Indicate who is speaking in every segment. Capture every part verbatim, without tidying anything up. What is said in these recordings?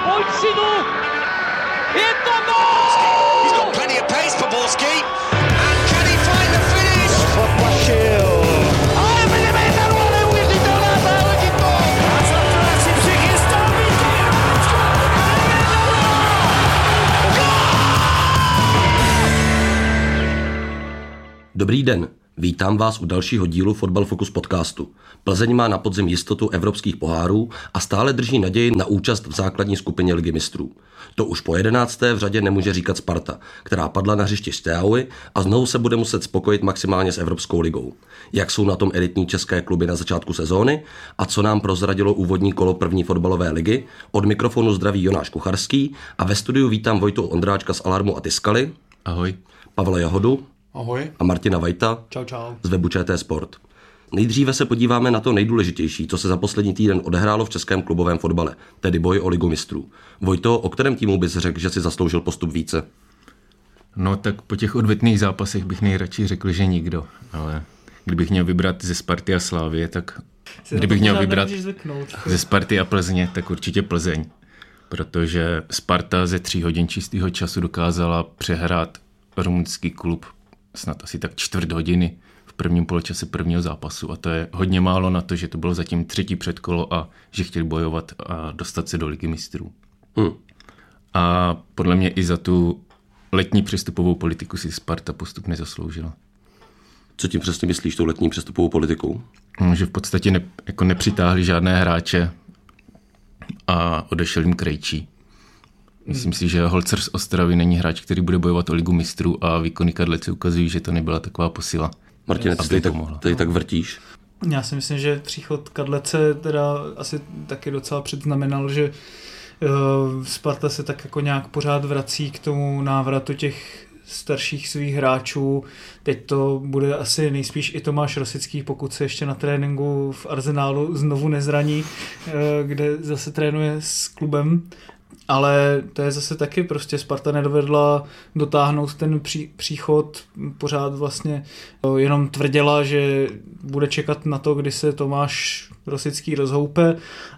Speaker 1: pojď synu, je to gól!
Speaker 2: He's got plenty of pace for Borski. And can he find the finish?
Speaker 1: Ale milimetrů, neuvěřitelná záležitost! A za si přichystal
Speaker 3: Dobrý den, vítám vás u dalšího dílu Fotbal Focus podcastu. Plzeň má na podzim jistotu evropských pohárů a stále drží naději na účast v základní skupině Ligy mistrů. To už po jedenácté v řadě nemůže říkat Sparta, která padla na hřišti Steaua a znovu se bude muset spokojit maximálně s Evropskou ligou. Jak jsou na tom elitní české kluby na začátku sezóny a co nám prozradilo úvodní kolo první fotbalové ligy, od mikrofonu zdraví Jonáš Kucharský a ve studiu vítám Vojtu Ondráčka z Alarmu a Tiskaly.
Speaker 4: Ahoj.
Speaker 3: Pavla Jahodu.
Speaker 5: Ahoj.
Speaker 3: A Martina Vajta.
Speaker 5: Čau, čau.
Speaker 3: Z webu ČT Sport. Nejdříve se podíváme na to nejdůležitější, co se za poslední týden odehrálo v českém klubovém fotbale, tedy boj o Ligu mistrů. Vojto, o kterém týmu bys řekl, že si zasloužil postup více?
Speaker 4: No tak po těch odvetných zápasech bych nejradši řekl, že nikdo, ale kdybych měl vybrat ze Sparty a Slávie, tak kdybych měl vybrat ze Sparty a Plzně, tak určitě Plzeň, protože Sparta ze tří hodin čistého času dokázala přehrát rumunský klub snad asi tak čtvrt hodiny v prvním poločase prvního zápasu a to je hodně málo na to, že to bylo zatím třetí předkolo a že chtěli bojovat a dostat se do Ligy mistrů. Hmm. A podle mě i za tu letní přestupovou politiku si Sparta postup nezasloužila.
Speaker 3: Co tím přesně myslíš tou letní přestupovou politikou?
Speaker 4: Že v podstatě ne, jako nepřitáhli žádné hráče a odešel jim Krejčí. Myslím si, že Holzer z Ostravy není hráč, který bude bojovat o Ligu mistrů a výkony Kadlece ukazují, že to nebyla taková posila.
Speaker 3: Martine, ty tady tak, tady tak vrtíš.
Speaker 5: Já si myslím, že příchod Kadlece teda asi taky docela předznamenal, že uh, Sparta se tak jako nějak pořád vrací k tomu návratu těch starších svých hráčů. Teď to bude asi nejspíš i Tomáš Rosický, pokud se ještě na tréninku v Arsenálu znovu nezraní, uh, kde zase trénuje s klubem. Ale to je zase taky prostě Sparta nedovedla dotáhnout ten pří, příchod, pořád vlastně jenom tvrdila, že bude čekat na to, kdy se Tomáš Rosický rozhoupe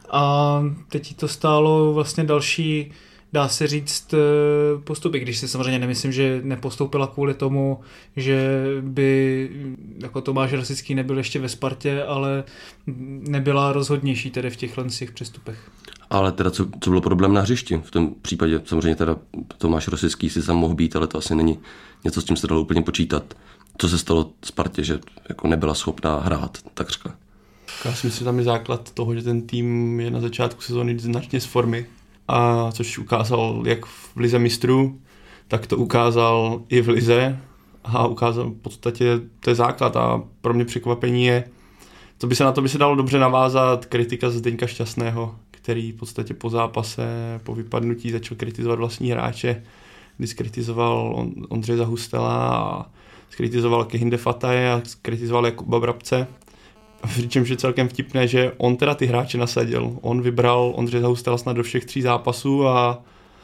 Speaker 5: a teď to stálo vlastně další, dá se říct, postupy, když si samozřejmě nemyslím, že nepostoupila kvůli tomu, že by jako Tomáš Rosický nebyl ještě ve Spartě, ale nebyla rozhodnější tedy v těchhle těch přestupech.
Speaker 3: Ale teda co, co bylo problém na hřišti? V tom případě samozřejmě teda Tomáš Rosický si tam mohl být, ale to asi není něco, s tím se dalo úplně počítat. Co se stalo Spartě, že jako nebyla schopná hrát, takřka?
Speaker 6: Já si myslím, že tam je základ toho, že ten tým je na začátku sezóny značně z formy, a což ukázal jak v Lize mistrů, tak to ukázal i v Lize a ukázal v podstatě, to je základ a pro mě překvapení je, co by se na to by se dalo dobře navázat, kritika Zdeňka Šťastného, který v podstatě po zápase, po vypadnutí začal kritizovat vlastní hráče, kdy skritizoval Ondřeje Zahustela a skritizoval Kehinde Fataje a skritizoval Jakuba Brabce. Přičemž je celkem vtipné, že on teda ty hráče nasadil. On vybral Ondřeje Zahustela snad do všech tří zápasů a,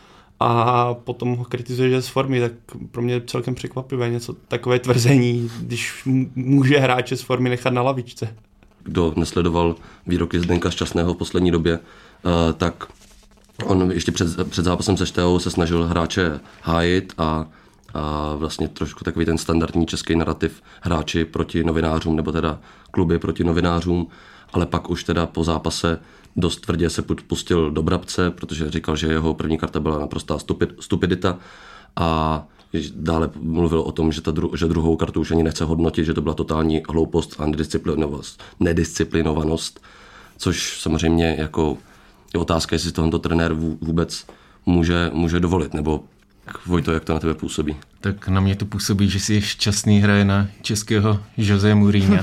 Speaker 6: a potom ho kritizuje, že je z formy, tak pro mě je celkem překvapivé něco takové tvrzení, když může hráče z formy nechat na lavičce.
Speaker 3: Kdo nesledoval výroky Zdenka Šťastného v poslední době, tak on ještě před, před zápasem se Steaua se snažil hráče hájit a, a vlastně trošku takový ten standardní český narrativ hráči proti novinářům, nebo teda kluby proti novinářům, ale pak už teda po zápase dost tvrdě se pustil do Brabce, protože říkal, že jeho první karta byla naprostá stupidita a dále mluvil o tom, že, ta dru- že druhou kartu už ani nechce hodnotit, že to byla totální hloupost a nedisciplinovanost, nedisciplinovanost, což samozřejmě jako je otázka, jestli tohoto trenér vůbec může, může dovolit, nebo Vojto, jak to na tebe působí?
Speaker 4: Tak na mě to působí, že si šťastný hraje na českého Jose Mourinha.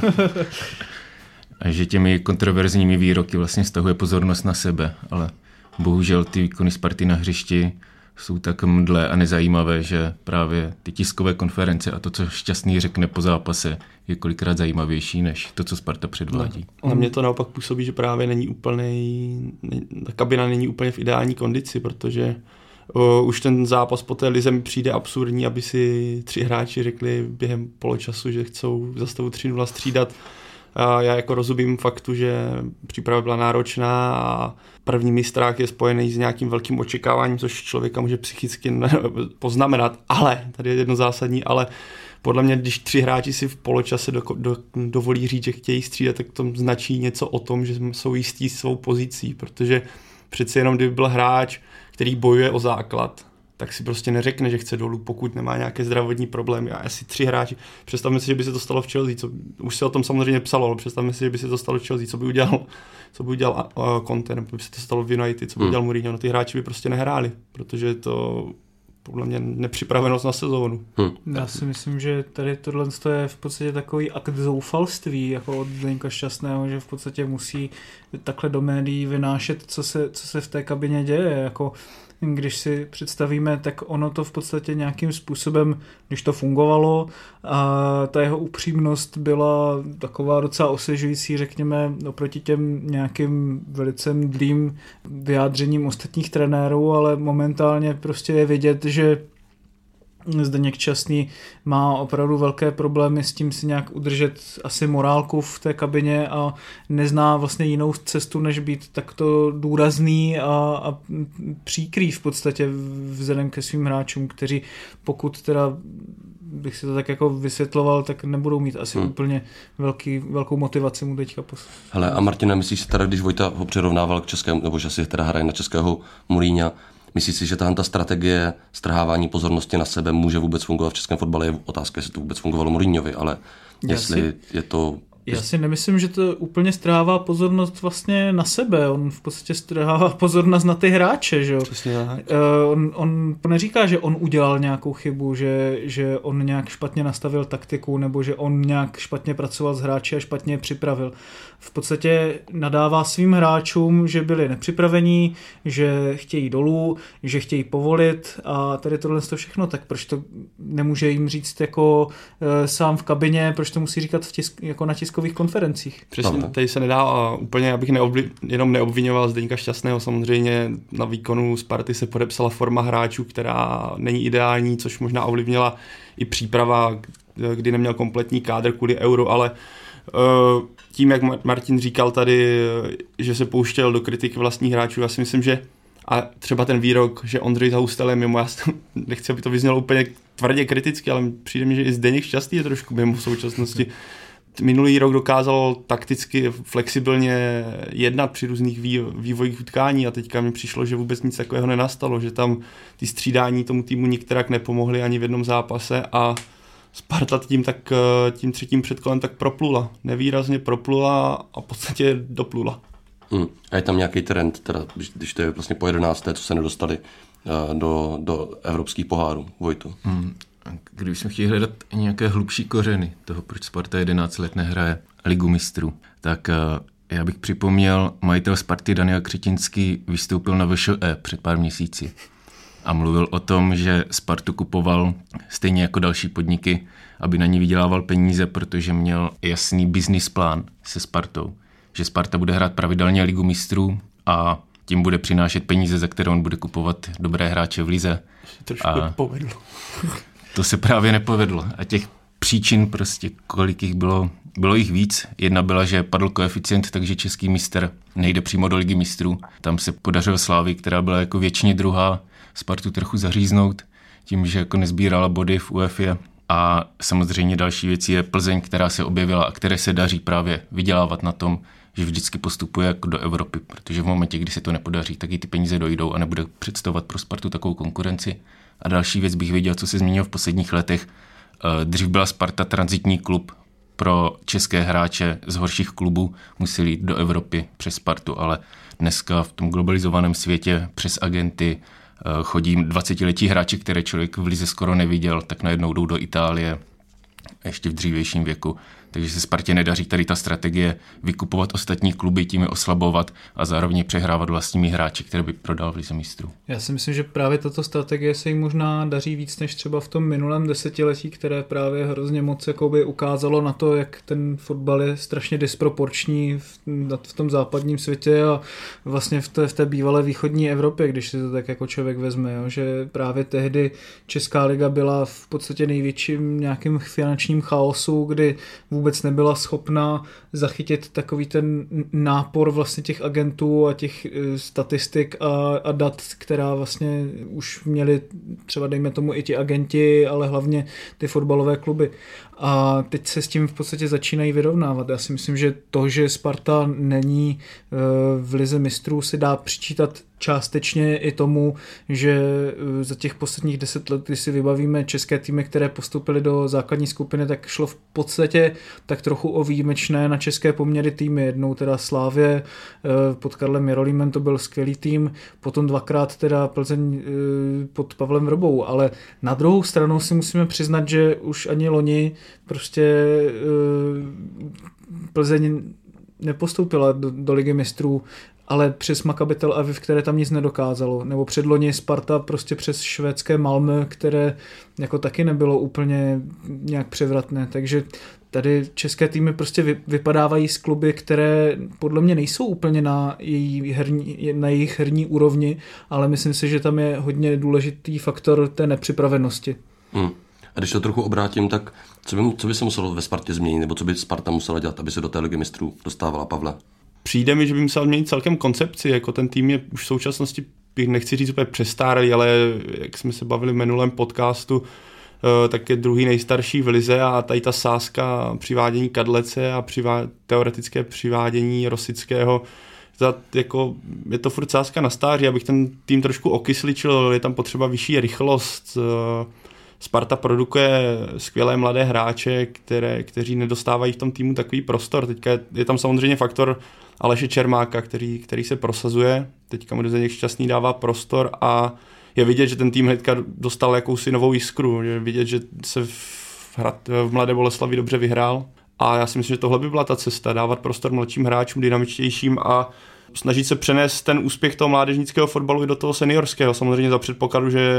Speaker 4: A že těmi kontroverzními výroky vlastně stahuje pozornost na sebe, ale bohužel ty výkony Sparty na hřišti jsou tak mdlé a nezajímavé, že právě ty tiskové konference a to, co Šťastný řekne po zápase, je kolikrát zajímavější než to, co Sparta předvádí.
Speaker 6: No, na mě to naopak působí, že právě není úplnej, ta kabina není úplně v ideální kondici, protože o, už ten zápas po té lize mi přijde absurdní, aby si tři hráči řekli během poločasu, že chcou za stavu tři nula střídat Já jako rozumím faktu, že příprava byla náročná a první mistrák je spojený s nějakým velkým očekáváním, což člověka může psychicky poznamenat, ale, tady je jedno zásadní, ale podle mě, když tři hráči si v poločase do, do, dovolí říct, že chtějí střídat, tak to značí něco o tom, že jsou jistí svou pozicí, protože přeci jenom kdyby byl hráč, který bojuje o základ, tak si prostě neřekne, že chce dolů, pokud nemá nějaké zdravotní problémy. A asi tři hráči, představme si, že by se to stalo v Chelsea, co, už se o tom samozřejmě psalo, ale představme si, že by se to stalo v Chelsea, co by udělal, co by udělal uh, Conte, nebo by se to stalo v United, co by hmm. udělal Mourinho, no ty hráči by prostě nehráli, protože je to podle mě nepřipravenost na sezónu.
Speaker 5: Hmm. Já si myslím, že tady tohle je v podstatě takový akt zoufalství, jako od Zdeňka Šťastného, že v podstatě musí takhle do médií vynášet, co se, co se v té kabině děje, jako když si představíme, tak ono to v podstatě nějakým způsobem, když to fungovalo a ta jeho upřímnost byla taková docela osvěžující, řekněme, oproti těm nějakým velice mdlým vyjádřením ostatních trenérů, ale momentálně prostě je vidět, že Zdeněk Časný má opravdu velké problémy s tím si nějak udržet asi morálku v té kabině a nezná vlastně jinou cestu, než být takto důrazný a, a příkrý v podstatě vzhledem ke svým hráčům, kteří pokud teda bych si to tak jako vysvětloval, tak nebudou mít asi hmm. úplně velký, velkou motivaci mu teďka poslat.
Speaker 3: Hele, a Martina, myslíš si teda, když Vojta ho přirovnával k českému, nebo že si teda hraje na českého Mourinha, myslíš si, že tahle ta strategie strhávání pozornosti na sebe může vůbec fungovat v českém fotbale? Je otázka, jestli to vůbec fungovalo Mourinhovi, ale jestli si, je to...
Speaker 5: Já si nemyslím, že to úplně strhává pozornost vlastně na sebe. On v podstatě strhává pozornost na ty hráče, že jo?
Speaker 6: Přesně tak.
Speaker 5: On, on neříká, že on udělal nějakou chybu, že, že on nějak špatně nastavil taktiku, nebo že on nějak špatně pracoval s hráči a špatně je připravil. V podstatě nadává svým hráčům, že byli nepřipravení, že chtějí dolů, že chtějí povolit a tady tohle to všechno, tak proč to nemůže jim říct jako e, sám v kabině, proč to musí říkat v tisk, jako na tiskových konferencích?
Speaker 6: Přesně, tady se nedá úplně, abych neobli, jenom neobvinoval Zdeňka Šťastného, samozřejmě na výkonu Sparty se podepsala forma hráčů, která není ideální, což možná ovlivnila i příprava, kdy neměl kompletní kádr kvůli euru, ale uh, tím, jak Martin říkal tady, že se pouštěl do kritiky vlastních hráčů, já si myslím, že a třeba ten výrok, že Ondřej Zaustel je mimo, já nechci, aby to vyznělo úplně tvrdě kriticky, ale přijde mi, že i Zdeněk Šťastný je trošku mimo v současnosti. Minulý rok dokázal takticky flexibilně jednat při různých vývojích utkání a teďka mi přišlo, že vůbec nic takového nenastalo, že tam ty střídání tomu týmu nikterak nepomohly ani v jednom zápase a Sparta tím, tak, tím třetím předkolem tak proplula. Nevýrazně proplula a v podstatě doplula.
Speaker 3: Hmm. A je tam nějaký trend, teda, když to je vlastně po jedenácté, co se nedostali uh, do, do evropských pohárů, Vojtu?
Speaker 4: Hmm. Kdybychom chtěli hledat nějaké hlubší kořeny toho, proč Sparta jedenáct let nehraje Ligu mistrů, tak uh, já bych připomněl, majitel Sparty Daniel Křetinský vystoupil na V Š E před pár měsíci a mluvil o tom, že Spartu kupoval stejně jako další podniky, aby na ní vydělával peníze, protože měl jasný business plán se Spartou, že Sparta bude hrát pravidelně Ligu mistrů a tím bude přinášet peníze, za které on bude kupovat dobré hráče v lize.
Speaker 6: Trošku a povedlo.
Speaker 4: To se právě nepovedlo a těch příčin prostě, kolik jich bylo, bylo jich víc. Jedna byla, že padl koeficient, takže český mistr nejde přímo do Ligy mistrů. Tam se podařilo Slávii, která byla jako většině druhá, Spartu trochu zaříznout tím, že jako nezbírala body v U E F A. A samozřejmě další věc je Plzeň, která se objevila a které se daří právě vydělávat na tom, že vždycky postupuje jako do Evropy, protože v momentě, kdy se to nepodaří, tak i ty peníze dojdou a nebude představovat pro Spartu takovou konkurenci. A další věc bych viděl, co se změnilo v posledních letech. Dřív byla Sparta tranzitní klub pro české hráče z horších klubů, museli jít do Evropy přes Spartu, ale dneska v tom globalizovaném světě přes agenty chodí dvacetiletí hráči, které člověk v lize skoro neviděl, tak najednou jdou do Itálie ještě v dřívějším věku. Takže se Spartě nedaří tady ta strategie vykupovat ostatní kluby, tím je oslabovat a zároveň přehrávat vlastními hráči, které by prodal v lize mistrů.
Speaker 5: Já si myslím, že právě tato strategie se jim možná daří víc než třeba v tom minulém desetiletí, které právě hrozně moc jakoby ukázalo na to, jak ten fotbal je strašně disproporční v, v tom západním světě a vlastně v té, v té bývalé východní Evropě, když si to tak jako člověk vezme, jo, že právě tehdy Česká liga byla v podstatě největším nějakým finančním chaosu, kdy vůbec vůbec nebyla schopná zachytit takový ten nápor vlastně těch agentů a těch statistik a, a dat, která vlastně už měli třeba dejme tomu i ti agenti, ale hlavně ty fotbalové kluby. A teď se s tím v podstatě začínají vyrovnávat. Já si myslím, že to, že Sparta není v lize mistrů, se dá přičítat částečně i tomu, že za těch posledních deset let, když si vybavíme české týmy, které postoupily do základní skupiny, tak šlo v podstatě tak trochu o výjimečné na české poměry týmy. Jednou teda Slávě pod Karlem Jarolímem, to byl skvělý tým, potom dvakrát teda Plzeň pod Pavlem Vrbou, ale na druhou stranu si musíme přiznat, že už ani loni prostě Plzeň nepostoupila do, do ligy mistrů, ale přes Maccabi Tel Aviv, které tam nic nedokázalo. Nebo předloni Sparta prostě přes švédské Malmö, které jako taky nebylo úplně nějak převratné. Takže tady české týmy prostě vypadávají z kluby, které podle mě nejsou úplně na, její herní, na jejich herní úrovni, ale myslím si, že tam je hodně důležitý faktor té nepřipravenosti.
Speaker 3: Hmm. A když to trochu obrátím, tak co by, co by se muselo ve Spartě změnit, nebo co by Sparta musela dělat, aby se do té ligy mistrů dostávala, Pavle?
Speaker 6: Přijde mi, že by musel měnit celkem koncepci, jako ten tým je už v současnosti, bych nechci říct úplně přestárlý, ale jak jsme se bavili v minulém podcastu, tak je druhý nejstarší v lize a tady ta sázka přivádění Kadlece a přivá, teoretické přivádění Rosického, za, jako, je to furt sázka na stáří, abych ten tým trošku okysličil, je tam potřeba vyšší rychlost. Sparta produkuje skvělé mladé hráče, které, kteří nedostávají v tom týmu takový prostor. Teďka je, je tam samozřejmě faktor Aleše Čermáka, který, který se prosazuje. Teďka mu Zdeněk Šťastný dává prostor a je vidět, že ten tým hnedka dostal jakousi novou jiskru. Je vidět, že se v, hrad, v Mladé Boleslavi dobře vyhrál. A já si myslím, že tohle by byla ta cesta, dávat prostor mladším hráčům, dynamičtějším a snažit se přenést ten úspěch toho mládežnického fotbalu i do toho seniorského. Samozřejmě za předpokladu, že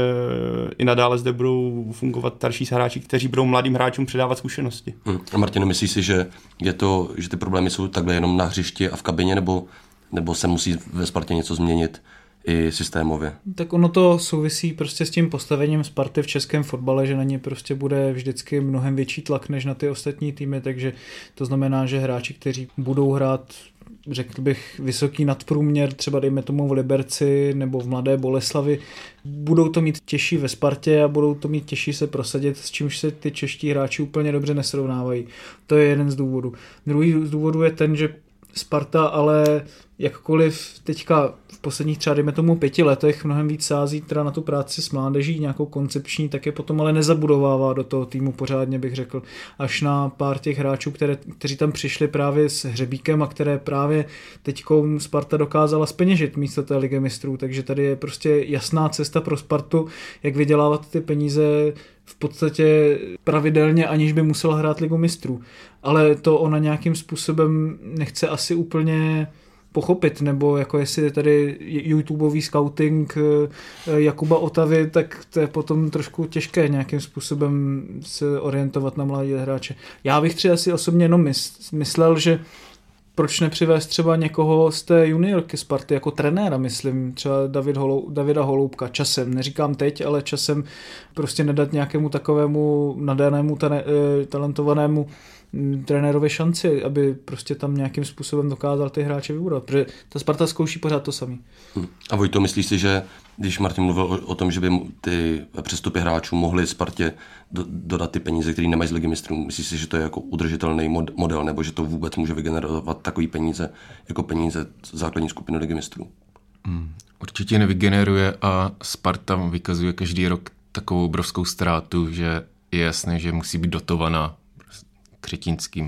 Speaker 6: i nadále zde budou fungovat starší hráči, kteří budou mladým hráčům předávat zkušenosti.
Speaker 3: Hmm. A Martin, myslíš si, že, je to, že ty problémy jsou takhle jenom na hřišti a v kabině, nebo, nebo se musí ve Spartě něco změnit i systémově?
Speaker 5: Tak ono to souvisí prostě s tím postavením Sparty v českém fotbale, že na ně prostě bude vždycky mnohem větší tlak než na ty ostatní týmy, takže to znamená, že hráči, kteří budou hrát, řekl bych, vysoký nadprůměr, třeba dejme tomu v Liberci nebo v Mladé Boleslavi, budou to mít těžší ve Spartě a budou to mít těžší se prosadit, s čímž se ty čeští hráči úplně dobře nesrovnávají. To je jeden z důvodů. Druhý z důvodů je ten, že Sparta ale jakkoliv teďka v posledních třeba dejme tomu pěti letech mnohem víc sází teda na tu práci s mládeží, nějakou koncepční, tak je potom ale nezabudovává do toho týmu pořádně, bych řekl. Až na pár těch hráčů, které, kteří tam přišli právě s Hřebíkem a které právě teďkou Sparta dokázala zpeněžit místo té ligy mistrů, takže tady je prostě jasná cesta pro Spartu, jak vydělávat ty peníze v podstatě pravidelně, aniž by musel hrát ligu mistrů. Ale to ona nějakým způsobem nechce asi úplně pochopit, nebo jako jestli je tady YouTubeový scouting Jakuba Otavy, tak to je potom trošku těžké nějakým způsobem se orientovat na mladé hráče. Já bych třeba si osobně jenom myslel, že proč nepřivést třeba někoho z té juniorky Sparty jako trenéra, myslím, třeba David Holou, Davida Holoubka časem, neříkám teď, ale časem prostě nedat nějakému takovému nadanému, talentovanému trenérovi šanci, aby prostě tam nějakým způsobem dokázal ty hráče vybudovat, protože ta Sparta zkouší pořád to samý.
Speaker 3: Hmm. A Vojto, myslíš si, že když Martin mluvil o, o tom, že by ty přestupy hráčů mohly Spartě do, dodat ty peníze, které nemají z ligy mistrů, myslíš si, že to je jako udržitelný mod, model, nebo že to vůbec může vygenerovat takový peníze jako peníze základní skupiny ligy mistrů?
Speaker 4: Hmm. Určitě nevygeneruje a Sparta vykazuje každý rok takovou obrovskou ztrátu, že je jasné, že musí být dotovaná Křetínským.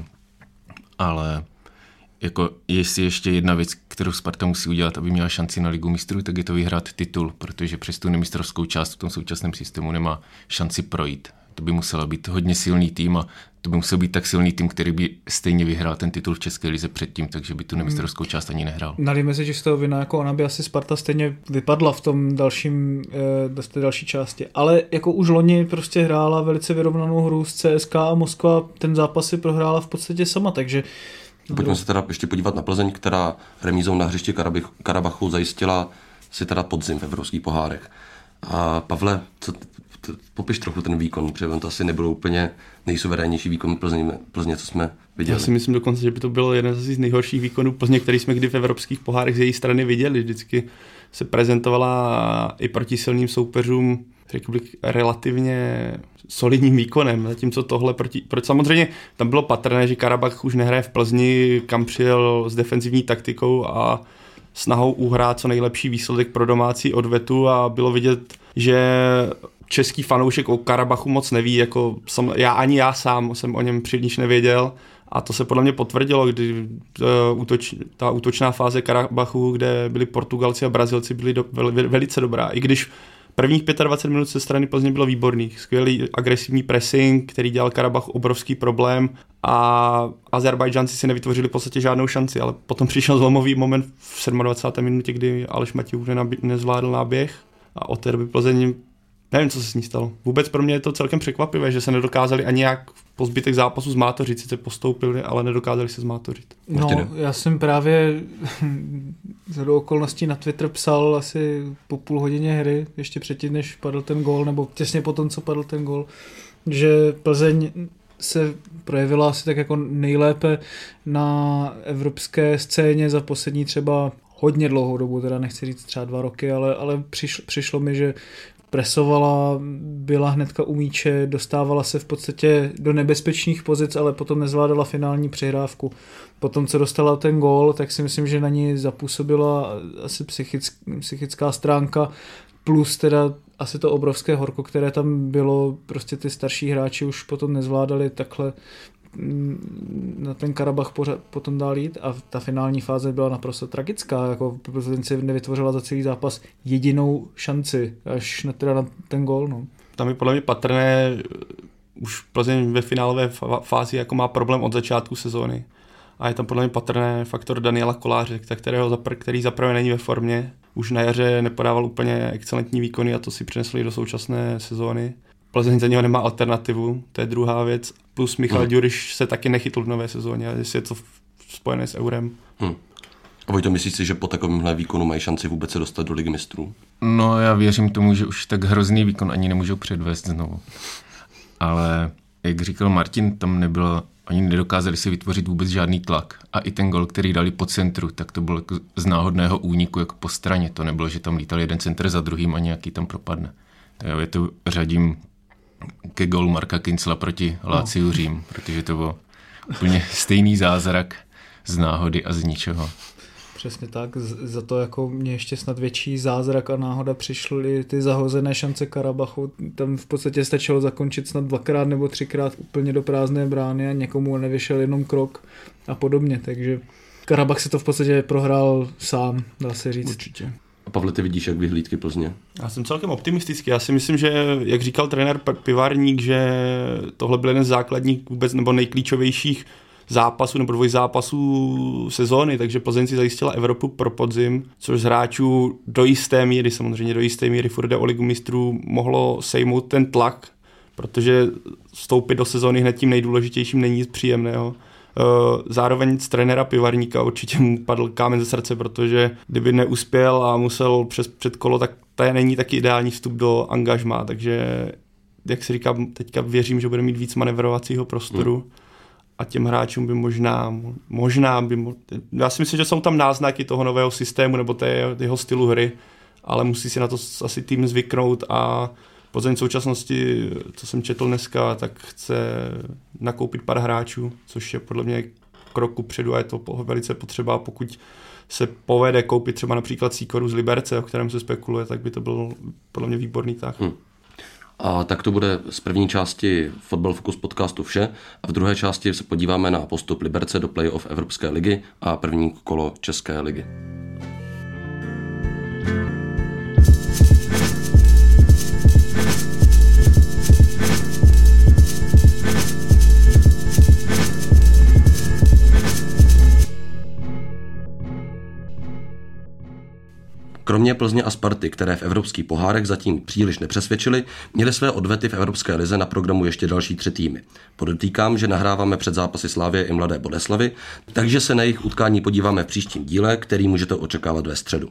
Speaker 4: Ale jako jestli ještě jedna věc, kterou Sparta musí udělat, aby měla šanci na ligu mistrů, tak je to vyhrát titul, protože přes tu nemistrovskou část v tom současném systému nemá šanci projít. To by musela být hodně silný tým a to by musel být tak silný tým, který by stejně vyhrál ten titul v České lize předtím, takže by tu nemistrovskou část ani nehrál.
Speaker 5: Nalíme se čistého vina, jako ona by asi Sparta stejně vypadla v tom dalším, v té další části. Ale jako už loni prostě hrála velice vyrovnanou hru s C S K a Moskva ten zápas si prohrála v podstatě sama, takže
Speaker 3: pojďme se teda ještě podívat na Plzeň, která remízou na hřišti Karabachu zajistila si teda podzim v evropských pohárech. A Pavle, co, t, popiš trochu ten výkon, protože on to asi nebyl úplně nejsuverénnější výkon Plzně, Plzně, co jsme viděli.
Speaker 6: Já si myslím dokonce, že by to bylo jeden z nejhorších výkonů Plzně, který jsme kdy v evropských pohárech z její strany viděli. Vždycky se prezentovala i proti silným soupeřům, řekl bych, relativně solidním výkonem, zatímco tohle proti, proč samozřejmě tam bylo patrné, že Karabach už nehraje v Plzni, kam přijel s defenzivní taktikou a snahou uhrát co nejlepší výsledek pro domácí odvetu a bylo vidět, že český fanoušek o Karabachu moc neví, jako jsem, já ani já sám jsem o něm příliš nevěděl a to se podle mě potvrdilo, kdy uh, útoč, ta útočná fáze Karabachu, kde byli Portugalci a Brazilci, byli do, vel, velice dobrá, i když prvních dvacet pět minut ze strany Plzně bylo výborných. Skvělý agresivní pressing, který dělal Karabach obrovský problém a Azerbajdžanci si nevytvořili v podstatě žádnou šanci, ale potom přišel zlomový moment v dvacáté sedmé minutě, kdy Aleš Matěj nezvládl náběh a od té doby Plzeň, nevím, co se s ní stalo. Vůbec pro mě je to celkem překvapivé, že se nedokázali ani jak po zbytek zápasu zmátořit, sice postoupili, ale nedokázali se zmátořit.
Speaker 5: No, já jsem právě z okolností na Twitter psal asi po půl hodině hry, ještě předtím, než padl ten gól, nebo těsně potom, co padl ten gól, že Plzeň se projevila asi tak jako nejlépe na evropské scéně za poslední třeba hodně dlouhou dobu, teda nechci říct třeba dva roky, ale, ale přišlo, přišlo mi, že presovala, byla hnedka u míče, dostávala se v podstatě do nebezpečných pozic, ale potom nezvládala finální přihrávku. Potom, co dostala ten gól, tak si myslím, že na ní zapůsobila asi psychick, psychická stránka, plus teda asi to obrovské horko, které tam bylo, prostě ty starší hráči už potom nezvládali takhle na ten Karabach pořád, potom dál jít a ta finální fáze byla naprosto tragická, jako Plzeň si nevytvořila za celý zápas jedinou šanci, až na, teda na ten gól. No. Tam
Speaker 6: je podle mě patrné, už Plzeň ve finálové fázi jako má problém od začátku sezóny a je tam podle mě patrné faktor Daniela Koláře, kterého zapr- který zaprvé není ve formě, už na jaře nepodával úplně excelentní výkony a to si přinesli do současné sezóny. Plzeň za něho nemá alternativu, to je druhá věc. Plus Michal hmm. Ďuriš se taky nechytl v nové sezóně, jestli je to spojené s eurem.
Speaker 3: Hmm. A Vojto, myslíš si, že po takovémhle výkonu mají šanci vůbec se dostat do Ligy mistrů?
Speaker 4: No, já věřím tomu, že už tak hrozný výkon ani nemůžou předvést znovu. Ale jak říkal Martin, tam nebylo, oni nedokázali si vytvořit vůbec žádný tlak. A i ten gol, který dali po centru, tak to bylo jako z náhodného úniku jako po straně. To nebylo, že tam lítal jeden centr za druhým a nějaký tam propadne. Já je to řadím ke golu Marka Kincla proti Láciu Řím, protože to byl úplně stejný zázrak z náhody a z ničeho.
Speaker 5: Přesně tak, za to jako mě ještě snad větší zázrak a náhoda přišly ty zahozené šance Karabachu, tam v podstatě stačilo zakončit snad dvakrát nebo třikrát úplně do prázdné brány a někomu nevyšel jenom krok a podobně, takže Karabach si to v podstatě prohrál sám, dá se říct.
Speaker 6: Určitě.
Speaker 3: A Pavle, ty vidíš, jak vyhlídky Plzně?
Speaker 6: Já jsem celkem optimistický. Já si myslím, že, jak říkal trenér Pivarník, že tohle byl jeden z základních vůbec nebo nejklíčovějších zápasů nebo dvojzápasů sezóny, takže Plzeň si zajistila Evropu pro podzim, což z hráčů do jisté míry, samozřejmě do jisté míry furt jde o Ligu mistrů, mohlo sejmout ten tlak, protože vstoupit do sezóny hned tím nejdůležitějším není nic příjemného. Zároveň z trenéra Pivarníka určitě mu padl kámen ze srdce, protože kdyby neuspěl a musel přes předkolo, tak to není taky ideální vstup do angažmá, takže jak si říkám, teďka věřím, že bude mít víc manevrovacího prostoru hmm. a těm hráčům by možná, možná by, já si myslím, že jsou tam náznaky toho nového systému nebo té, jeho stylu hry, ale musí si na to asi tým zvyknout a Plzeň v současnosti, co jsem četl dneska, tak chce nakoupit pár hráčů, což je podle mě krok kupředu a je to velice potřeba. Pokud se povede koupit třeba například Sýkoru z Liberce, o kterém se spekuluje, tak by to byl podle mě výborný tah. Hmm.
Speaker 3: A tak to bude z první části Fotbal Focus podcastu vše a v druhé části se podíváme na postup Liberce do play-off Evropské ligy a první kolo České ligy. Kromě Plzně a Sparty, které v evropských pohárech zatím příliš nepřesvědčily, měly své odvety v Evropské lize na programu ještě další tři týmy. Podotýkám, že nahráváme před zápasy Slavie i Mladé Boleslavi, takže se na jejich utkání podíváme v příštím díle, který můžete očekávat ve středu.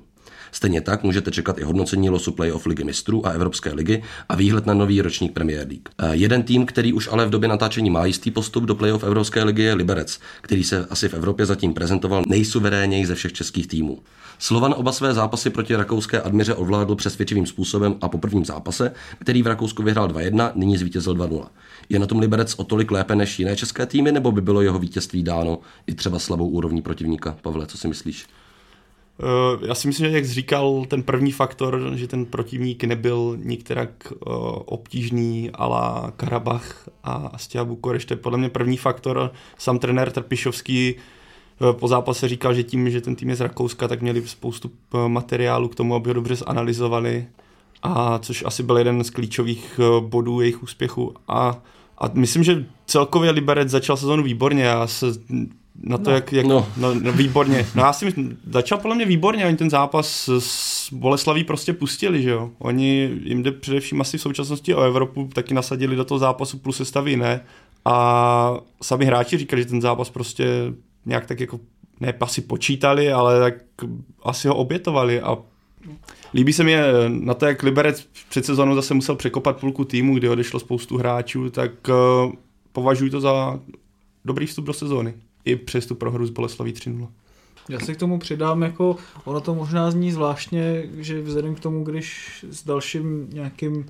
Speaker 3: Stejně tak můžete čekat i hodnocení losu playoff Ligy mistrů a Evropské ligy a výhled na nový ročník Premier League. Jeden tým, který už ale v době natáčení má jistý postup do playoff Evropské ligy, je Liberec, který se asi v Evropě zatím prezentoval nejsuverénněji ze všech českých týmů. Slovan oba své zápasy proti rakouské Admiře ovládl přesvědčivým způsobem a po prvním zápase, který v Rakousku vyhrál dva jedna, nyní zvítězil dva nula. Je na tom Liberec o tolik lépe než jiné české týmy, nebo by bylo jeho vítězství dáno i třeba slabou úrovní protivníka? Pavle, co si myslíš?
Speaker 6: Já si myslím, že jak jsi říkal, ten první faktor, že ten protivník nebyl nikterak obtížný a la Karabach a Steaua Bukurešť, to je podle mě první faktor. Sam trenér Trpišovský po zápase říkal, že tím, že ten tým je z Rakouska, tak měli spoustu materiálu k tomu, aby ho dobře zanalyzovali, a což asi byl jeden z klíčových bodů jejich úspěchu. A, a myslím, že celkově Liberec začal sezonu výborně. Já se na to, no. jak, jak no. No, no, výborně. No já si myslím, začal podle mě výborně, oni ten zápas s Boleslaví prostě pustili, že jo. Oni, jim jde především asi v současnosti o Evropu, taky nasadili do toho zápasu plus sestavy, ne. A sami hráči říkali, že ten zápas prostě nějak tak jako, ne asi počítali, ale tak asi ho obětovali a líbí se mi na to, jak Liberec před sezónou zase musel překopat půlku týmu, kdy odešlo spoustu hráčů, tak uh, považuji to za dobrý vstup do sezóny. I přes tu prohru z Boleslaví tři nula.
Speaker 5: Já se k tomu přidám, jako ono to možná zní zvláštně, že vzhledem k tomu, když s dalším nějakým uh,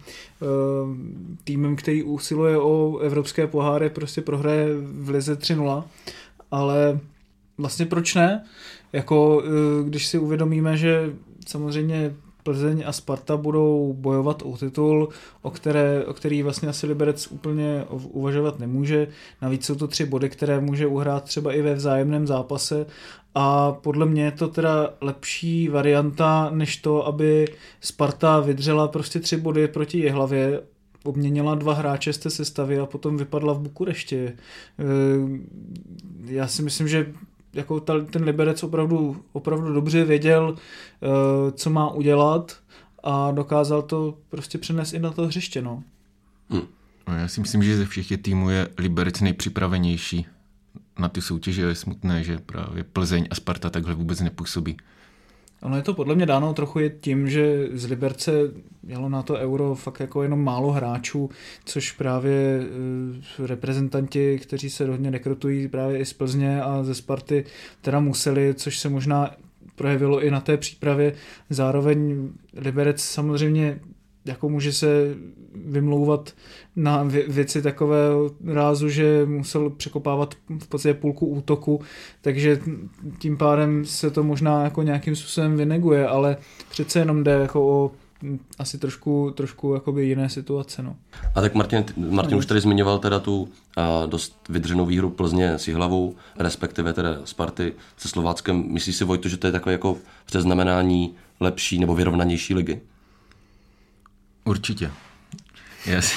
Speaker 5: týmem, který usiluje o evropské poháry, prostě prohraje v lize tři nula, ale vlastně proč ne? Jako, uh, když si uvědomíme, že samozřejmě Plzeň a Sparta budou bojovat o titul, o, které, o který vlastně asi Liberec úplně uvažovat nemůže. Navíc jsou to tři body, které může uhrát třeba i ve vzájemném zápase a podle mě je to teda lepší varianta, než to, aby Sparta vydřela prostě tři body proti Jihlavě, obměnila dva hráče z té sestavy a potom vypadla v Bukurešti. Já si myslím, že jako ta, ten Liberec opravdu, opravdu dobře věděl, uh, co má udělat a dokázal to prostě přenést i na to hřiště. No.
Speaker 4: Hmm. No, já si myslím, že ze všech těch týmů je Liberec nejpřipravenější na ty soutěže. Je smutné, že právě Plzeň a Sparta takhle vůbec nepůsobí.
Speaker 5: Ono je to podle mě dáno trochu je tím, že z Liberce jelo na to Euro fakt jako jenom málo hráčů, což právě uh, reprezentanti, kteří se hodně rekrutují právě i z Plzně a ze Sparty, teda museli, což se možná projevilo i na té přípravě. Zároveň Liberec samozřejmě jako může se vymlouvat na věci takového rázu, že musel překopávat v podstatě půlku útoku, takže tím pádem se to možná jako nějakým způsobem vyneguje, ale přece jenom jde jako o asi trošku, trošku jakoby jiné situace. No.
Speaker 3: A tak Martin, Martin no. už tady zmiňoval teda tu a, dost vydřenou výhru Plzně s Jihlavou, respektive teda Sparty se Slováckem. Myslíš si, Vojto, že to je takové jako předznamenání lepší nebo vyrovnanější ligy?
Speaker 4: Určitě. Yes.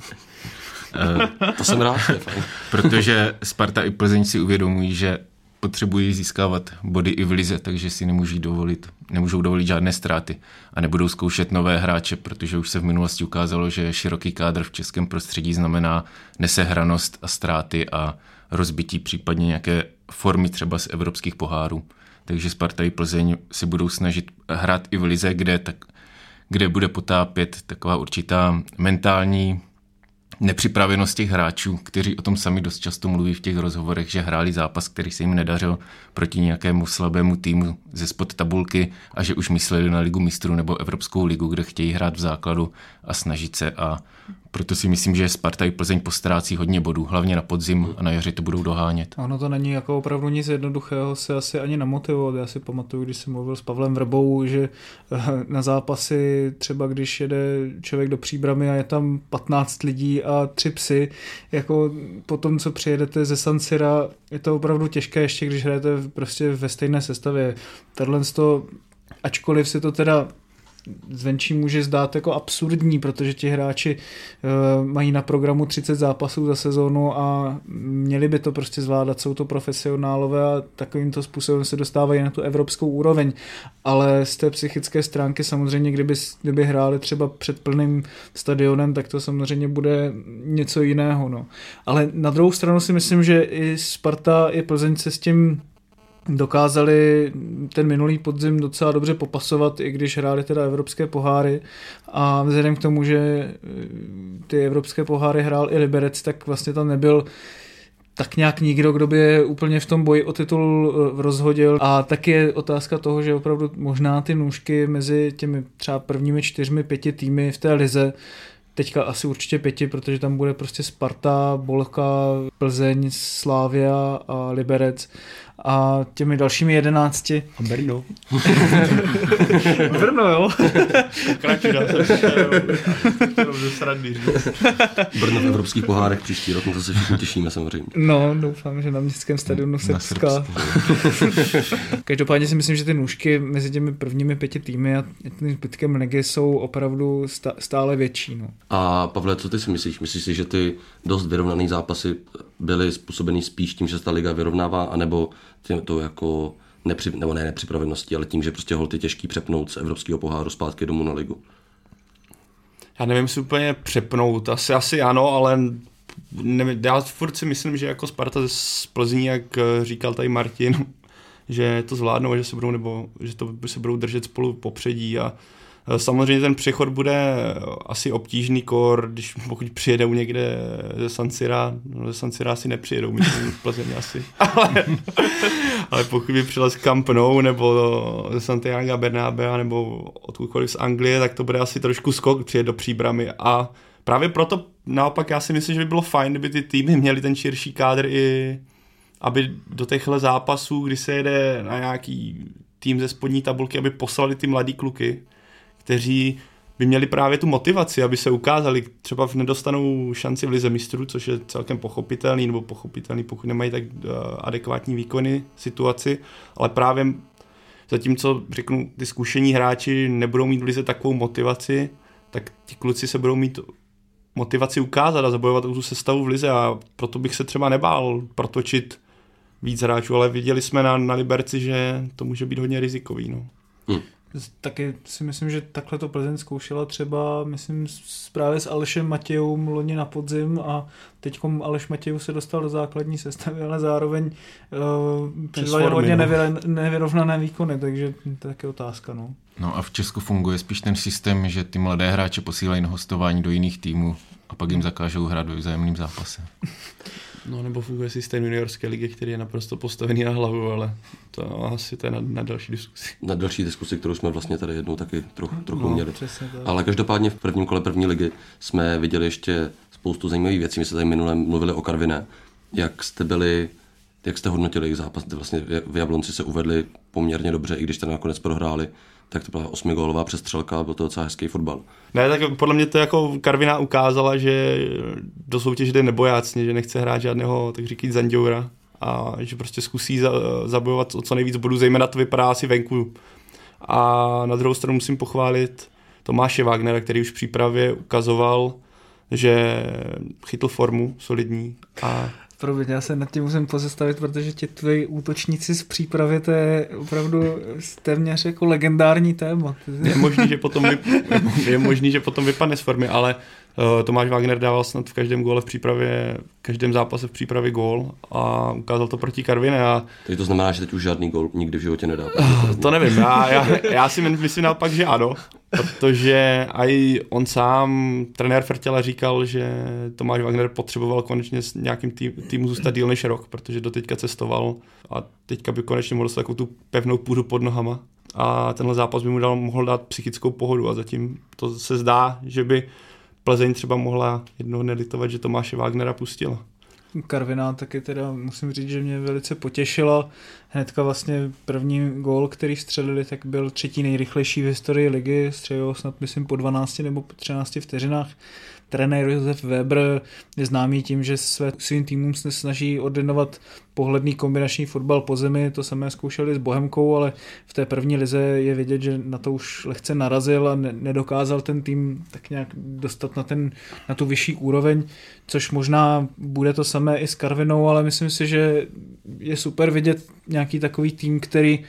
Speaker 3: To jsem rád.
Speaker 4: Protože Sparta i Plzeň si uvědomují, že potřebují získávat body i v lize, takže si nemůžou dovolit, nemůžou dovolit žádné ztráty a nebudou zkoušet nové hráče, protože už se v minulosti ukázalo, že široký kádr v českém prostředí znamená nesehranost a ztráty a rozbití, případně nějaké formy třeba z evropských pohárů. Takže Sparta i Plzeň si budou snažit hrát i v lize, kde tak kde bude potápět taková určitá mentální nepřipravenost těch hráčů, kteří o tom sami dost často mluví v těch rozhovorech, že hráli zápas, který se jim nedařil proti nějakému slabému týmu ze spod tabulky a že už mysleli na Ligu mistrů nebo Evropskou ligu, kde chtějí hrát v základu a snažit se, a proto si myslím, že Sparta i Plzeň postrácí hodně bodů, hlavně na podzim a na jaře to budou dohánět.
Speaker 5: Ono to není jako opravdu nic jednoduchého se asi ani namotivovat. Já si pamatuju, když jsem mluvil s Pavlem Vrbou, že na zápasy třeba když jede člověk do Příbramy a je tam patnáct lidí a tři psy, jako po tom, co přijedete ze San Sira, je to opravdu těžké, ještě když hrajete prostě ve stejné sestavě. Tohle to, ačkoliv si to teda zvenčí může zdát jako absurdní, protože ti hráči uh, mají na programu třicet zápasů za sezónu a měli by to prostě zvládat, jsou to profesionálové a takovýmto způsobem se dostávají na tu evropskou úroveň, ale z té psychické stránky samozřejmě, kdyby, kdyby hráli třeba před plným stadionem, tak to samozřejmě bude něco jiného. No. Ale na druhou stranu si myslím, že i Sparta, i Plzeň se s tím dokázali ten minulý podzim docela dobře popasovat, i když hráli teda evropské poháry a vzhledem k tomu, že ty evropské poháry hrál i Liberec, tak vlastně tam nebyl tak nějak nikdo, kdo by je úplně v tom boji o titul rozhodil. A tak je otázka toho, že opravdu možná ty nůžky mezi těmi třeba prvními čtyřmi, pěti týmy v té lize, teďka asi určitě pěti, protože tam bude prostě Sparta, Bolka, Plzeň, Slavia a Liberec a těmi dalšími jedenácti.
Speaker 6: A Brno.
Speaker 5: Brno, jo.
Speaker 6: Pokračuj, já jsem chtěl ze srandy říct.
Speaker 3: Brno v evropských pohárech příští rok, na to se všichni těšíme samozřejmě.
Speaker 5: No, doufám, že na městském stadionu Srbska. Každopádně si myslím, že ty nůžky mezi těmi prvními pěti týmy a tím zbytkem ligy jsou opravdu stále větší. No.
Speaker 3: A Pavle, co ty si myslíš? Myslíš si, že ty dost vyrovnaný zápasy byly způsobený spíš tím, že se ta liga vyrovnává, anebo tím to jako nepři, nebo ne nepřipraveností, ale tím, že prostě holt je těžký přepnout z evropského poháru zpátky domů na ligu?
Speaker 6: Já nevím si úplně přepnout, asi, asi ano, ale nevím, já furt si myslím, že jako Sparta z Plzní, jak říkal tady Martin, že to zvládnou a že se budou, nebo že to se budou držet spolu popředí a samozřejmě ten přechod bude asi obtížný kor, když pokud přijedou někde ze San Sira, no ze San Sira asi nepřijedou, myslím v Plzeň asi, ale, ale pokud by přijel z Camp Nou nebo ze Santiago Bernabéu nebo odkudkoliv z Anglie, tak to bude asi trošku skok přijet do Příbrami a právě proto naopak já si myslím, že by bylo fajn, kdyby ty týmy měly ten širší kádr i aby do těchto zápasů, kdy se jede na nějaký tým ze spodní tabulky, aby poslali ty mladý kluky, kteří by měli právě tu motivaci, aby se ukázali, třeba nedostanou šanci v lize mistrů, což je celkem pochopitelný, nebo pochopitelný, pokud nemají tak uh, adekvátní výkony situaci, ale právě zatímco, řeknu, ty zkušení hráči nebudou mít v lize takovou motivaci, tak ti kluci se budou mít motivaci ukázat a zabojovat tu sestavu v lize a proto bych se třeba nebál protočit víc hráčů, ale viděli jsme na, na Liberci, že to může být hodně rizikový. No.
Speaker 3: Hmm.
Speaker 5: Taky si myslím, že takhle to Plzeň zkoušela třeba, myslím, právě s Alešem Matějou loni na podzim a teďkom Aleš Matějů se dostal do základní sestavy, ale zároveň uh, předváděl hodně no. nevě, nevyrovnané výkony, takže to je taky otázka. No.
Speaker 4: No a v Česku funguje spíš ten systém, že ty mladé hráče posílají na hostování do jiných týmů a pak jim zakážou hrát ve vzájemným zápase.
Speaker 6: No nebo funguje systém juniorské ligy, který je naprosto postavený na hlavu, ale to asi to je na, na další diskusi.
Speaker 3: Na další diskusi, kterou jsme vlastně tady jednou taky trochu, trochu
Speaker 5: no,
Speaker 3: měli.
Speaker 5: Přesně,
Speaker 3: ale každopádně v prvním kole první ligy jsme viděli ještě spoustu zajímavých věcí. My jsme tady minule mluvili o Karviné. Jak jste byli, jak jste hodnotili jejich zápas? Vlastně v Jablonci se uvedli poměrně dobře, i když to nakonec prohráli. Tak to byla osmigólová přestřelka a byl to docela hezký fotbal.
Speaker 6: Ne, tak podle mě to jako Karviná ukázala, že do soutěže jde nebojácně, že nechce hrát žádného, tak říkají Zanděura a že prostě zkusí za, zabojovat o co nejvíc bodů, zejména to vypadá asi venku. A na druhou stranu musím pochválit Tomáše Wagnera, který už v přípravě ukazoval, že chytl formu solidní a
Speaker 5: Promiň, já se nad tím musím pozastavit, protože ti tvoji útočníci z přípravy, to je opravdu téměř jako legendární téma.
Speaker 6: Je možný, že potom, vyp... je možný, že potom vypadne z formy, ale uh, Tomáš Wagner dával snad v každém góle v přípravě, v každém zápase v přípravě gól a ukázal to proti Karviné. A...
Speaker 3: Takže to znamená, že teď už žádný gól nikdy v životě nedá.
Speaker 6: Uh, to nevím, já, já, já si myslím naopak, že ano. Protože i on sám, trenér Frtěla, říkal, že Tomáš Wagner potřeboval konečně s nějakým tým, týmu zůstat díl než rok, protože doteďka cestoval a teďka by konečně mohl dostat takovou tu pevnou půdu pod nohama a tenhle zápas by mu dal, mohl dát psychickou pohodu a zatím to se zdá, že by Plzeň třeba mohla jednoho nelitovat, že Tomáše Wagnera pustila.
Speaker 5: Karviná taky teda musím říct, že mě velice potěšila. Hnedka vlastně první gól, který střelili, tak byl třetí nejrychlejší v historii ligy, střelil snad myslím po dvanácti nebo po třinácti vteřinách. Trenér Josef Weber je známý tím, že své, svým týmům se snaží ordinovat pohledný kombinační fotbal po zemi, to samé zkoušeli s Bohemkou, ale v té první lize je vidět, že na to už lehce narazil a ne, nedokázal ten tým tak nějak dostat na, ten, na tu vyšší úroveň, což možná bude to samé i s Karvinou, ale myslím si, že je super vidět nějaký takový tým, který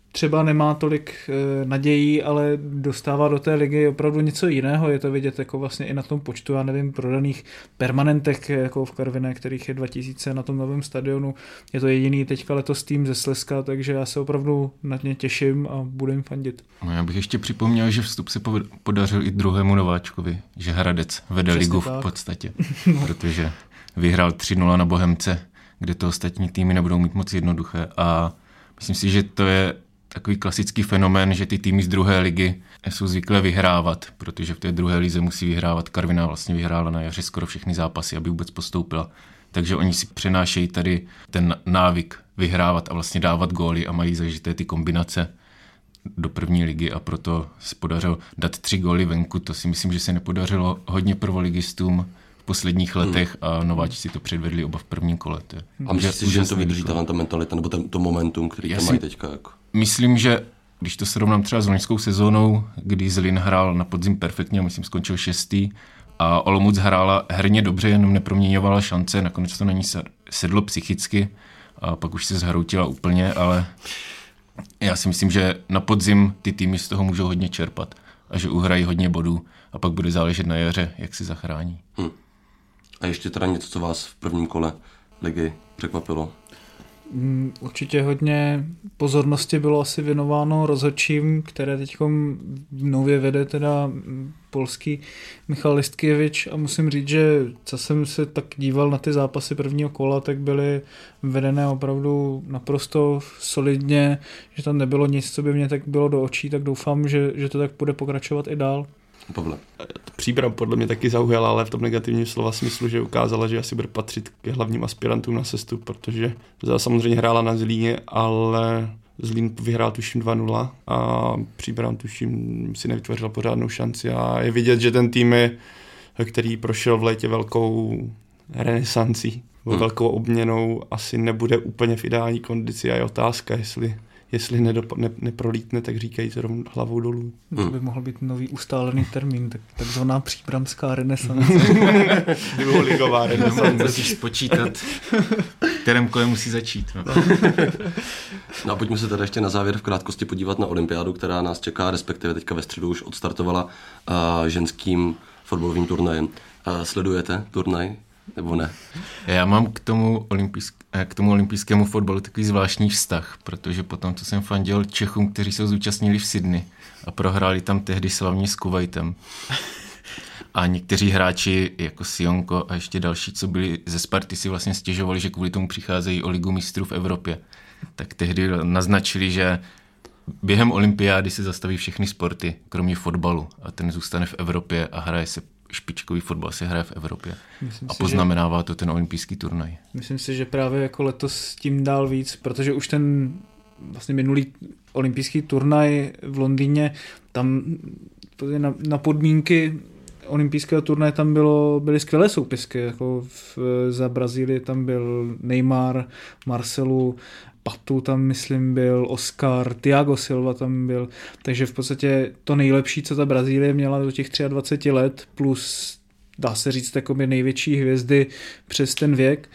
Speaker 5: třeba nemá tolik e, nadějí, ale dostává do té ligy opravdu něco jiného. Je to vidět jako vlastně i na tom počtu, já nevím, prodaných permanentech jako v Karviné, kterých je dva tisíce na tom novém stadionu. Je to jediný teďka letos tým ze Slezska, takže já se opravdu na ně těším a budu jim fandit.
Speaker 4: No, já bych ještě připomněl, že vstup se podařil i druhému nováčkovi, že Hradec vede
Speaker 5: Přesně
Speaker 4: ligu
Speaker 5: tak.
Speaker 4: v podstatě, no. Protože vyhrál tři nula na Bohemce, kde to ostatní týmy nebudou mít moc jednoduché a myslím si, že to je takový klasický fenomén, že ty týmy z druhé ligy jsou zvyklé vyhrávat, protože v té druhé lize musí vyhrávat. Karviná vlastně vyhrála na jaře skoro všechny zápasy, aby vůbec postoupila. Takže oni si přenášejí tady ten návyk vyhrávat a vlastně dávat góly a mají zažité ty kombinace do první ligy a proto se podařilo dát tři góly venku. To si myslím, že se nepodařilo hodně prvoligistům v posledních letech a nováči si to předvedli oba v prvním kole. To je
Speaker 3: a myslíš si, že to vydrží ta, ta mentalita nebo ten, to momentum, který tam mají teďka? Jako?
Speaker 4: Myslím, že když to srovnám třeba s loňskou sezónou, kdy Zlín hrál na podzim perfektně, myslím skončil šestý a Olomouc hrála herně dobře, jenom neproměňovala šance, nakonec to na ní sedlo psychicky a pak už se zhroutila úplně, ale já si myslím, že na podzim ty týmy z toho můžou hodně čerpat a že uhrají hodně bodů a pak bude záležet na jaře, jak si zachrání.
Speaker 3: Hmm. A ještě teda něco, co vás v prvním kole ligy překvapilo?
Speaker 5: Určitě hodně pozornosti bylo asi věnováno rozhodčím, které teď nově vede teda polský Michal Listkěvič a musím říct, že co jsem se tak díval na ty zápasy prvního kola, tak byly vedené opravdu naprosto solidně, že tam nebylo nic, co by mě tak bylo do očí, tak doufám, že, že to tak bude pokračovat i dál.
Speaker 3: Pavle.
Speaker 6: Příbram podle mě taky zaujala, ale v tom negativním slova smyslu, že ukázala, že asi bude patřit k hlavním aspirantům na sestup, protože samozřejmě hrála na Zlíně, ale Zlín vyhrál tuším dva nula a Příbram tuším si nevytvořil pořádnou šanci a je vidět, že ten tým je, který prošel v létě velkou renesancí, hmm. velkou obměnou, asi nebude úplně v ideální kondici a je otázka, jestli Jestli nedop- ne- neprolítne, tak říkají se rovnou hlavou dolů.
Speaker 5: To by mohl být nový ustálený termín, tak, takzvaná příbramská renesance.
Speaker 6: Druholigová renesance.
Speaker 4: Musíš spočítat, kterém kole musí začít. No.
Speaker 3: No a pojďme se teda ještě na závěr v krátkosti podívat na olympiádu, která nás čeká, respektive teďka ve středu už odstartovala uh, ženským fotbalovým turnajem. Uh, sledujete turnaj? Nebo ne?
Speaker 4: Já mám k tomu, olympijsk, k tomu olympijskému fotbalu takový zvláštní vztah, protože potom, co jsem fandil Čechům, kteří se zúčastnili v Sydney a prohráli tam tehdy slavně s Kuwaitem. A někteří hráči, jako Sionko a ještě další, co byli ze Sparty, si vlastně stěžovali, že kvůli tomu přicházejí o ligu mistrů v Evropě. Tak tehdy naznačili, že během olympiády se zastaví všechny sporty, kromě fotbalu, a ten zůstane v Evropě a hraje se špičkový fotbal se hraje v Evropě. Myslím a si, poznamenává že... to ten olympijský turnaj.
Speaker 5: Myslím si, že právě jako letos s tím dál víc, protože už ten vlastně minulý olympijský turnaj v Londýně, tam na, na podmínky olympijského turnaje tam bylo, byly skvělé soupisky, jako v, za Brazílii tam byl Neymar, Marcelu, Patu tam myslím byl, Oscar, Thiago Silva tam byl, takže v podstatě to nejlepší, co ta Brazílie měla do těch dvacet tři let, plus dá se říct jakoby největší hvězdy přes ten věk.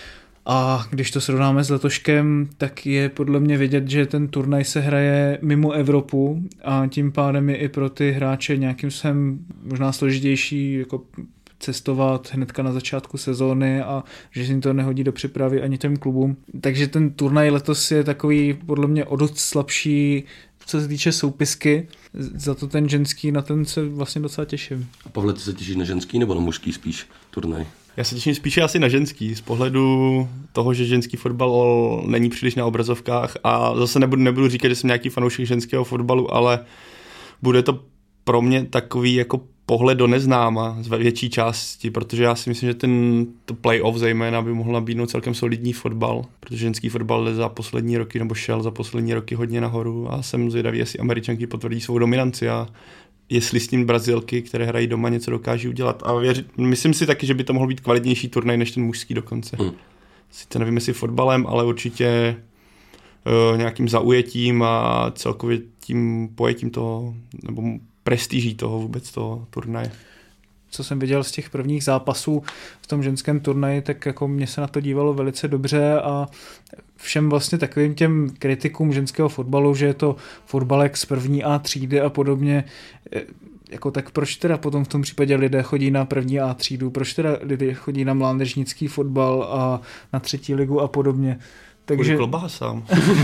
Speaker 5: A když to srovnáme s letoškem, tak je podle mě vidět, že ten turnaj se hraje mimo Evropu a tím pádem je i pro ty hráče nějakým způsobem možná složitější jako cestovat hnedka na začátku sezóny a že si to nehodí do přípravy ani těm klubům. Takže ten turnaj letos je takový podle mě o dost slabší, co se týče soupisky. Za to ten ženský, na ten se vlastně docela těším.
Speaker 3: A Pavle, ty se těšíš na ženský nebo na mužský spíš turnaj?
Speaker 6: Já se těším spíše asi na ženský, z pohledu toho, že ženský fotbal není příliš na obrazovkách a zase nebudu, nebudu říkat, že jsem nějaký fanoušek ženského fotbalu, ale bude to pro mě takový jako pohled do neznáma z větší části, protože já si myslím, že ten to play-off zejména by mohl nabídnout celkem solidní fotbal, protože ženský fotbal jde za poslední roky, nebo šel za poslední roky hodně nahoru a jsem zvědavý, jestli Američanky potvrdí svou dominanci a jestli s tím Brazilky, které hrají doma, něco dokáží udělat. A věř, myslím si taky, že by to mohl být kvalitnější turnaj než ten mužský dokonce. Hmm. Sice nevím, jestli fotbalem, ale určitě uh, nějakým zaujetím a celkově tím pojetím toho, nebo prestiží toho vůbec toho turnaje.
Speaker 5: co jsem viděl z těch prvních zápasů v tom ženském turnaji, tak jako mě se na to dívalo velice dobře a všem vlastně takovým těm kritikům ženského fotbalu, že je to fotbalek z první A třídy a podobně, jako tak proč teda potom v tom případě lidé chodí na první A třídu, proč teda lidé chodí na mládežnický fotbal a na třetí ligu a podobně.
Speaker 6: Takže klobásám.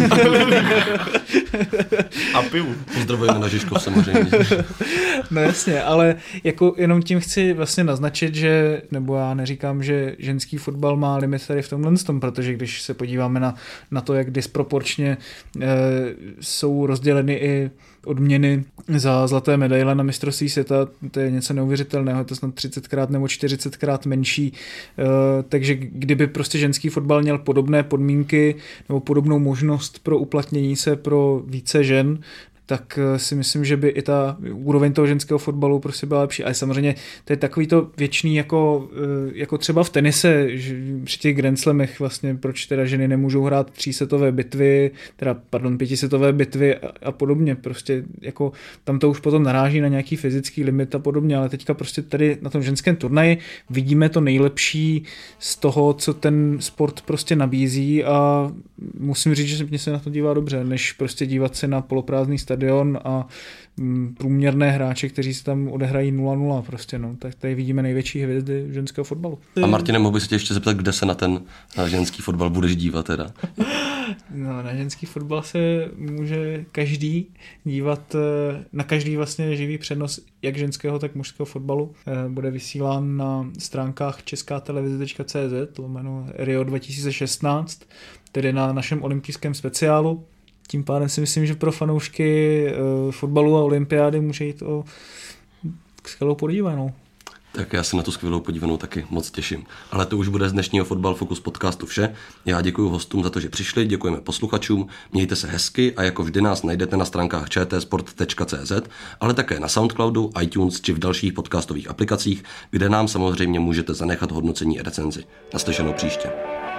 Speaker 6: A pivu.
Speaker 3: Pozdravujeme na Žižkov samozřejmě.
Speaker 5: No jasně, ale jako jenom tím chci vlastně naznačit, že, nebo já neříkám, že ženský fotbal má limit tady v tomhle tom, protože když se podíváme na, na to, jak disproporčně e, jsou rozděleny i odměny za zlaté medaile na mistrovství světa, to je něco neuvěřitelného, je to snad třicetkrát nebo čtyřicetkrát menší, e, takže kdyby prostě ženský fotbal měl podobné podmínky nebo podobnou možnost pro uplatnění se pro více žen, tak si myslím, že by i ta úroveň toho ženského fotbalu prostě byla lepší. A samozřejmě to je takový to věčný, jako, jako třeba v tenise, že při těch Grand Slamech vlastně, proč teda ženy nemůžou hrát třísetové bitvy, teda pardon, pětisetové bitvy a, a podobně. Prostě jako tam to už potom naráží na nějaký fyzický limit a podobně, ale teďka prostě tady na tom ženském turnaji vidíme to nejlepší z toho, co ten sport prostě nabízí a musím říct, že mě se na to dívá dobře, než prostě dívat se na poloprázdný stadion a průměrné hráče, kteří se tam odehrají nula nula prostě, no. Tak tady vidíme největší hvězdy ženského fotbalu.
Speaker 3: A Martine, mohl bych se tě ještě zeptat, kde se na ten na ženský fotbal budeš dívat teda?
Speaker 5: No, na ženský fotbal se může každý dívat, na každý vlastně živý přenos jak ženského, tak mužského fotbalu. Bude vysílán na stránkách česká televize tečka cé zet lomeno Rio dva tisíce šestnáct, tedy na našem olympijském speciálu. Tím pádem si myslím, že pro fanoušky uh, fotbalu a olympiády může jít o skvělou podívanou.
Speaker 3: Tak já se na tu skvělou podívanou taky moc těším. Ale to už bude z dnešního Fotbal Focus podcastu vše. Já děkuji hostům za to, že přišli, děkujeme posluchačům, mějte se hezky a jako vždy nás najdete na stránkách č t sport tečka cé zet, ale také na Soundcloudu, iTunes či v dalších podcastových aplikacích, kde nám samozřejmě můžete zanechat hodnocení a recenzi. Naslyšenou příště.